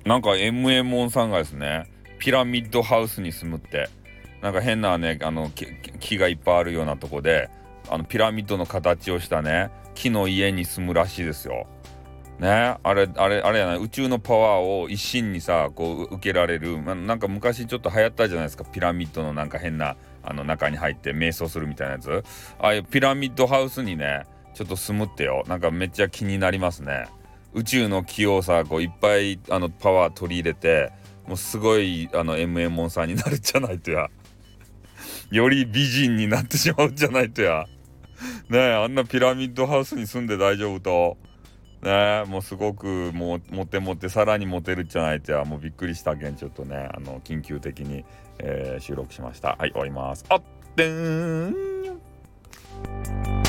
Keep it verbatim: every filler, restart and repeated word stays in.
なんか エムエム モンさんがですね、ピラミッドハウスに住むって、なんか変なね、あの木木がいっぱいあるようなとこで、あのピラミッドの形をしたね、木の家に住むらしいですよ。ね、あれあれあれやな、宇宙のパワーを一身にさこう受けられる、ま、なんか昔ちょっと流行ったじゃないですか、ピラミッドのなんか変なあの中に入って瞑想するみたいなやつ。ああいうピラミッドハウスにねちょっと住むってよ。なんかめっちゃ気になりますね。宇宙の気をさこういっぱいあのパワー取り入れて、もうすごいあの エムエム モンさんになるんじゃないとや。より美人になってしまうんじゃないとや。ねえ、あんなピラミッドハウスに住んで大丈夫と。ねえ、もうすごくもうモテモテ、さらにモテるじゃないとや。もうびっくりしたけん、ちょっとねあの緊急的に、えー収録しました。はい、終わります。あってーん。